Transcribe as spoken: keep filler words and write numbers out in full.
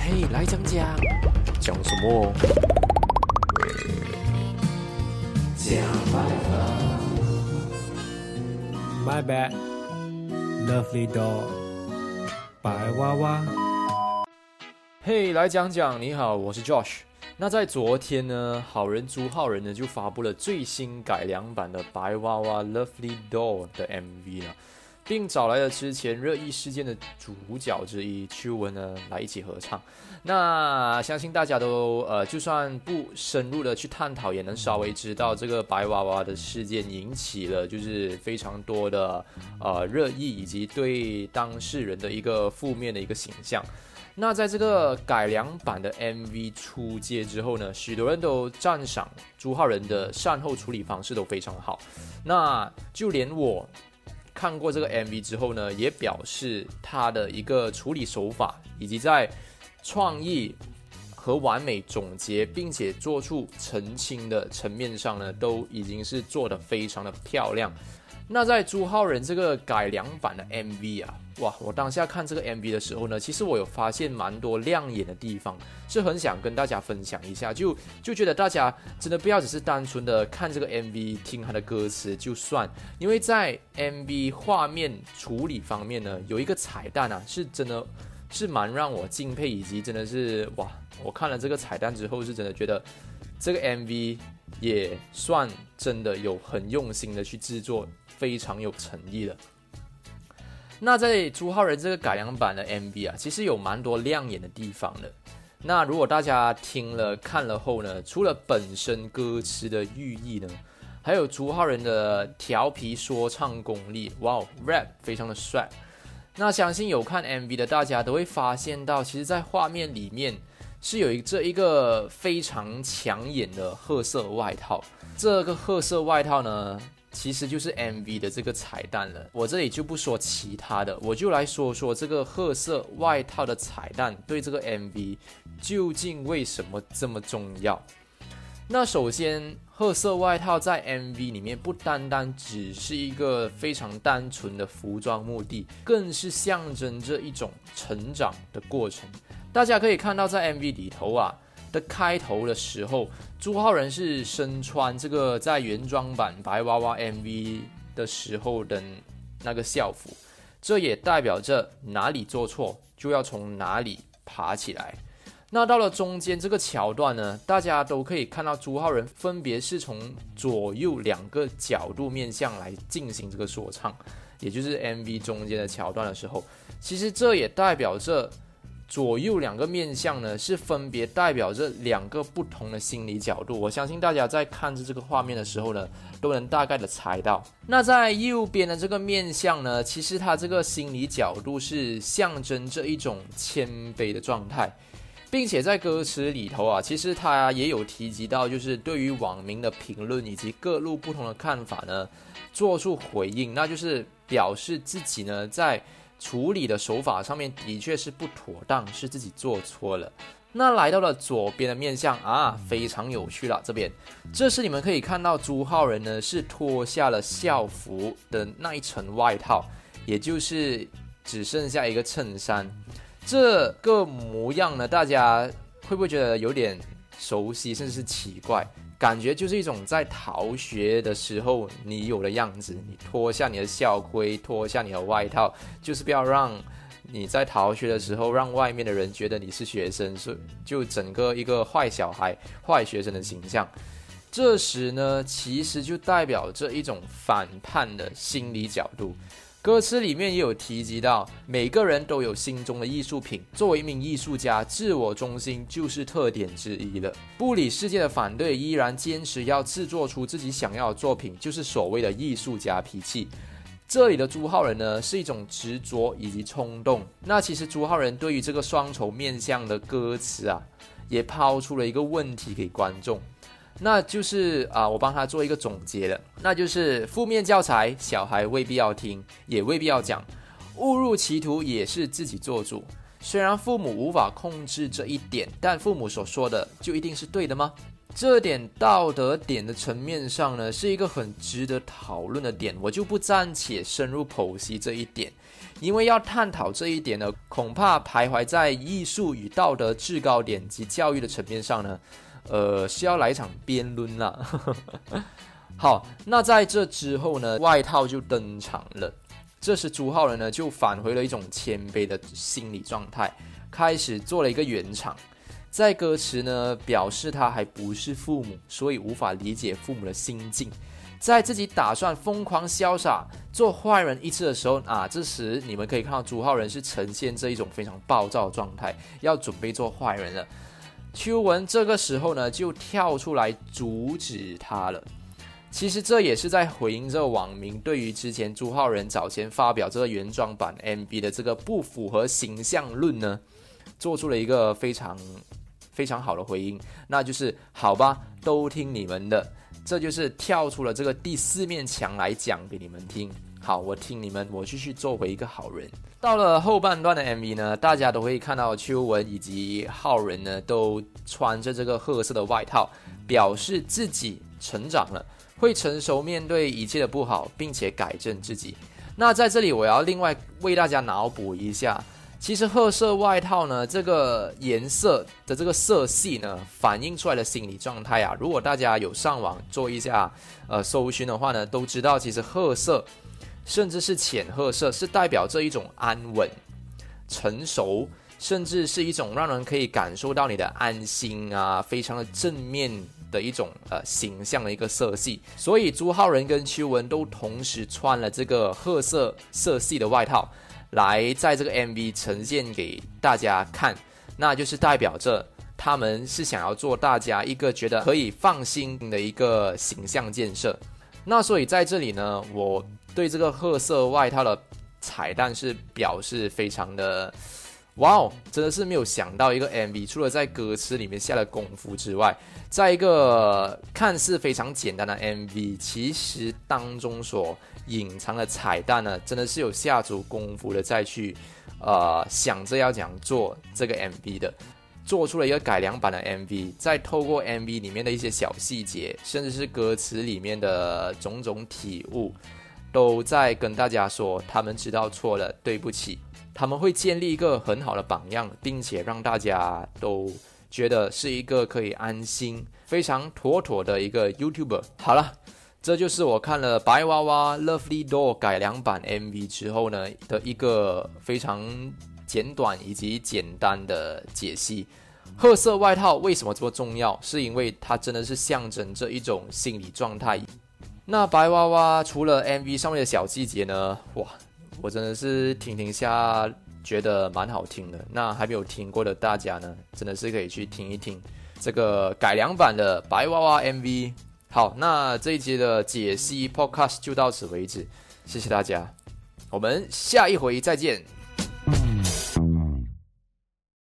嘿，来讲讲，讲什么？ 讲白话。My bad, lovely doll， 白娃娃。 嘿，来讲讲，你好，我是 Josh。那在昨天呢，好人朱浩仁呢就发布了最新改良版的白娃娃 Lovely Doll 的 M V 了，并找来了之前热议事件的主角之一秋文呢来一起合唱。那相信大家都呃，就算不深入的去探讨，也能稍微知道这个白娃娃的事件引起了就是非常多的呃热议，以及对当事人的一个负面的一个形象。那在这个改良版的 M V 出街之后呢，许多人都赞赏朱浩仁的善后处理方式都非常好。那就连我看过这个 M V 之后呢，也表示他的一个处理手法以及在创意和完美总结并且做出澄清的层面上呢，都已经是做得非常的漂亮。那在朱浩仁这个改良版的 M V 啊，哇！我当下看这个 M V 的时候呢，其实我有发现蛮多亮眼的地方，是很想跟大家分享一下。就就觉得大家真的不要只是单纯的看这个 M V， 听他的歌词就算，因为在 M V 画面处理方面呢，有一个彩蛋啊，是真的是蛮让我敬佩，以及真的是哇！我看了这个彩蛋之后，是真的觉得这个 M V 也算真的有很用心的去制作，非常有诚意的。那在朱浩仁这个改良版的 M V 啊，其实有蛮多亮眼的地方的。那如果大家听了看了后呢，除了本身歌词的寓意呢，还有朱浩仁的调皮说唱功力，哇 ，rap 非常的帅。那相信有看 M V 的大家都会发现到，其实在画面里面是有这一个非常抢眼的褐色外套。这个褐色外套呢，其实就是 M V 的这个彩蛋了。我这里就不说其他的，我就来说说这个褐色外套的彩蛋对这个 M V 究竟为什么这么重要。那首先，褐色外套在 M V 里面不单单只是一个非常单纯的服装目的，更是象征着一种成长的过程。大家可以看到，在 M V 里头啊的开头的时候，朱浩仁是身穿这个在原装版白娃娃 M V 的时候的那个校服，这也代表着哪里做错就要从哪里爬起来。那到了中间这个桥段呢，大家都可以看到朱浩仁分别是从左右两个角度面向来进行这个说唱，也就是 M V 中间的桥段的时候，其实这也代表着左右两个面向呢，是分别代表着两个不同的心理角度。我相信大家在看着这个画面的时候呢，都能大概的猜到。那在右边的这个面向呢，其实它这个心理角度是象征着一种谦卑的状态，并且在歌词里头啊，其实它也有提及到，就是对于网民的评论以及各路不同的看法呢，做出回应，那就是表示自己呢在处理的手法上面的确是不妥当，是自己做错了。那来到了左边的面向啊，非常有趣了。这边，这是你们可以看到朱浩仁呢是脱下了校服的那一层外套，也就是只剩下一个衬衫。这个模样呢，大家会不会觉得有点熟悉，甚至是奇怪？感觉就是一种在逃学的时候你有的样子，你脱下你的校徽，脱下你的外套，就是不要让你在逃学的时候让外面的人觉得你是学生，就整个一个坏小孩、坏学生的形象。这时呢，其实就代表着一种反叛的心理角度。歌词里面也有提及到，每个人都有心中的艺术品，作为一名艺术家，自我中心就是特点之一了。不理世界的反对，依然坚持要制作出自己想要的作品，就是所谓的艺术家脾气。这里的朱浩仁呢，是一种执着以及冲动。那其实朱浩仁对于这个双重面向的歌词啊，也抛出了一个问题给观众。那就是啊，我帮他做一个总结了，那就是负面教材，小孩未必要听，也未必要讲，误入歧途也是自己做主。虽然父母无法控制这一点，但父母所说的就一定是对的吗？ 这点道德点的层面上呢，是一个很值得讨论的点，我就不暂且深入剖析这一点，因为要探讨这一点呢，恐怕徘徊在艺术与道德制高点及教育的层面上呢，呃，是要来一场辩论啦。好，那在这之后呢，外套就登场了。这时朱浩仁呢，就返回了一种谦卑的心理状态，开始做了一个圆场。在歌词呢，表示他还不是父母，所以无法理解父母的心境。在自己打算疯狂潇洒做坏人一次的时候啊，这时你们可以看到朱浩仁是呈现这一种非常暴躁的状态，要准备做坏人了。秋文这个时候呢，就跳出来阻止他了。其实这也是在回应这网民对于之前朱浩仁早前发表这个原装版 M V 的这个不符合形象论呢，做出了一个非常非常好的回应，那就是好吧，都听你们的，这就是跳出了这个第四面墙来讲给你们听。好，我听你们，我继续做回一个好人。到了后半段的 M V 呢，大家都会看到秋文以及浩仁呢，都穿着这个褐色的外套，表示自己成长了，会成熟面对一切的不好，并且改正自己。那在这里我要另外为大家脑补一下，其实褐色外套呢，这个颜色的这个色系呢，反映出来的心理状态啊，如果大家有上网做一下呃搜寻的话呢，都知道其实褐色甚至是浅褐色是代表这一种安稳、成熟，甚至是一种让人可以感受到你的安心啊，非常的正面的一种呃形象的一个色系。所以朱浩仁跟秋文都同时穿了这个褐色色系的外套，来在这个 M V 呈现给大家看，那就是代表着他们是想要做大家一个觉得可以放心的一个形象建设。那所以在这里呢，我对这个褐色外套的彩蛋是表示非常的哇哦，真的是没有想到一个 M V 除了在歌词里面下了功夫之外，在一个看似非常简单的 M V， 其实当中所隐藏的彩蛋呢，真的是有下足功夫的再去呃想着要怎样做这个 M V 的，做出了一个改良版的 M V， 再透过 M V 里面的一些小细节，甚至是歌词里面的种种体悟，都在跟大家说他们知道错了，对不起。他们会建立一个很好的榜样，并且让大家都觉得是一个可以安心、非常妥妥的一个 YouTuber。好了，这就是我看了白娃娃 Lovely Doll 改良版 M V 之后呢的一个非常简短以及简单的解析。褐色外套为什么这么重要？是因为它真的是象征着一种心理状态。那白娃娃除了 M V 上面的小细节呢，哇！我真的是听听下觉得蛮好听的，那还没有听过的大家呢，真的是可以去听一听这个改良版的白娃娃 M V。 好，那这一集的解析 Podcast 就到此为止，谢谢大家，我们下一回再见。